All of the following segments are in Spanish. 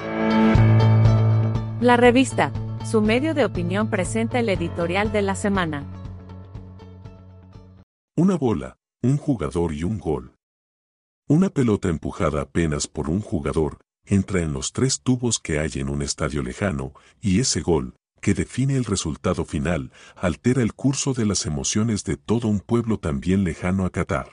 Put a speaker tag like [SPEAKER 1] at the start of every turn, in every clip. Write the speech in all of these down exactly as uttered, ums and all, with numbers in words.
[SPEAKER 1] La Revista, su medio de opinión, presenta el editorial de la semana.
[SPEAKER 2] Una bola, un jugador y un gol. Una pelota empujada apenas por un jugador entra en los tres tubos que hay en un estadio lejano, y ese gol, que define el resultado final, altera el curso de las emociones de todo un pueblo también lejano a Qatar.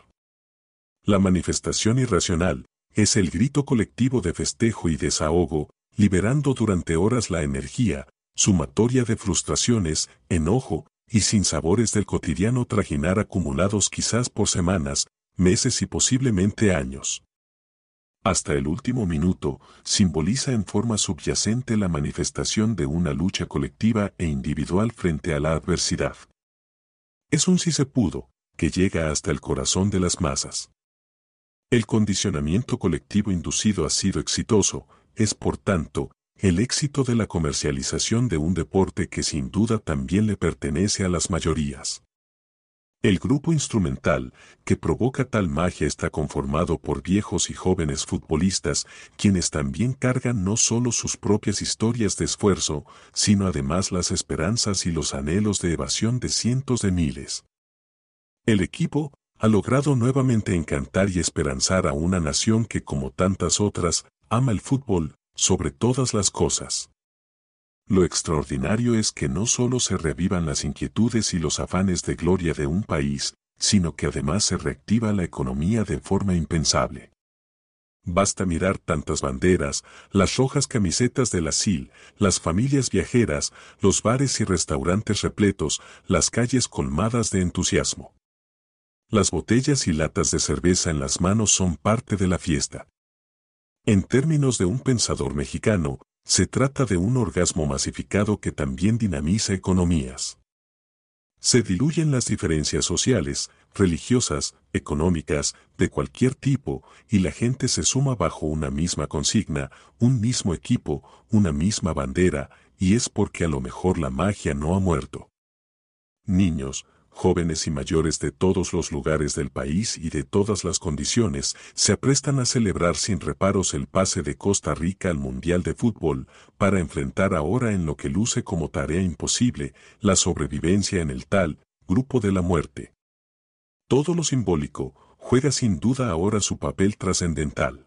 [SPEAKER 2] La manifestación irracional es el grito colectivo de festejo y desahogo, liberando durante horas la energía, sumatoria de frustraciones, enojo y sinsabores del cotidiano trajinar acumulados quizás por semanas, meses y posiblemente años. Hasta el último minuto, simboliza en forma subyacente la manifestación de una lucha colectiva e individual frente a la adversidad. Es un si se pudo, que llega hasta el corazón de las masas. El condicionamiento colectivo inducido ha sido exitoso, es por tanto, el éxito de la comercialización de un deporte que sin duda también le pertenece a las mayorías. El grupo instrumental que provoca tal magia está conformado por viejos y jóvenes futbolistas, quienes también cargan no solo sus propias historias de esfuerzo, sino además las esperanzas y los anhelos de evasión de cientos de miles. El equipo ha logrado nuevamente encantar y esperanzar a una nación que, como tantas otras, ama el fútbol sobre todas las cosas. Lo extraordinario es que no solo se reavivan las inquietudes y los afanes de gloria de un país, sino que además se reactiva la economía de forma impensable. Basta mirar tantas banderas, las rojas camisetas del asilo, las familias viajeras, los bares y restaurantes repletos, las calles colmadas de entusiasmo. Las botellas y latas de cerveza en las manos son parte de la fiesta. En términos de un pensador mexicano, se trata de un orgasmo masificado que también dinamiza economías. Se diluyen las diferencias sociales, religiosas, económicas, de cualquier tipo, y la gente se suma bajo una misma consigna, un mismo equipo, una misma bandera, y es porque a lo mejor la magia no ha muerto. Niños, jóvenes y mayores de todos los lugares del país y de todas las condiciones, se aprestan a celebrar sin reparos el pase de Costa Rica al Mundial de Fútbol, para enfrentar ahora en lo que luce como tarea imposible, la sobrevivencia en el tal grupo de la muerte. Todo lo simbólico juega sin duda ahora su papel trascendental.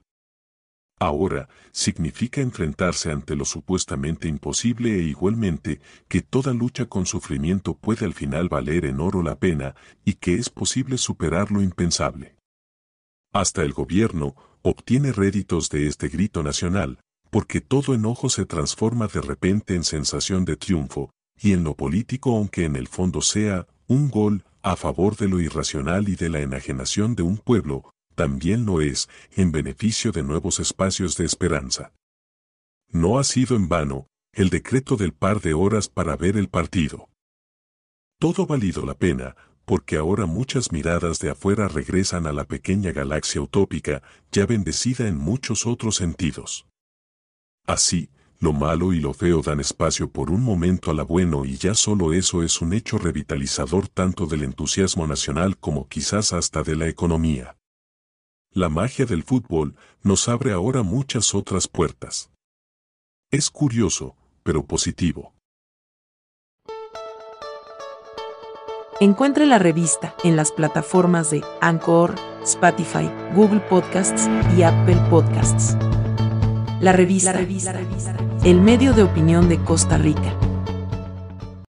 [SPEAKER 2] Ahora, significa enfrentarse ante lo supuestamente imposible e igualmente que toda lucha con sufrimiento puede al final valer en oro la pena y que es posible superar lo impensable. Hasta el gobierno obtiene réditos de este grito nacional, porque todo enojo se transforma de repente en sensación de triunfo, y en lo político, aunque en el fondo sea un gol a favor de lo irracional y de la enajenación de un pueblo, también lo es, en beneficio de nuevos espacios de esperanza. No ha sido en vano el decreto del par de horas para ver el partido. Todo ha valido la pena, porque ahora muchas miradas de afuera regresan a la pequeña galaxia utópica, ya bendecida en muchos otros sentidos. Así, lo malo y lo feo dan espacio por un momento a lo bueno, y ya solo eso es un hecho revitalizador tanto del entusiasmo nacional como quizás hasta de la economía. La magia del fútbol nos abre ahora muchas otras puertas. Es curioso, pero positivo.
[SPEAKER 3] Encuentre la revista en las plataformas de Anchor, Spotify, Google Podcasts y Apple Podcasts. La revista, la revista, el medio de opinión de Costa Rica.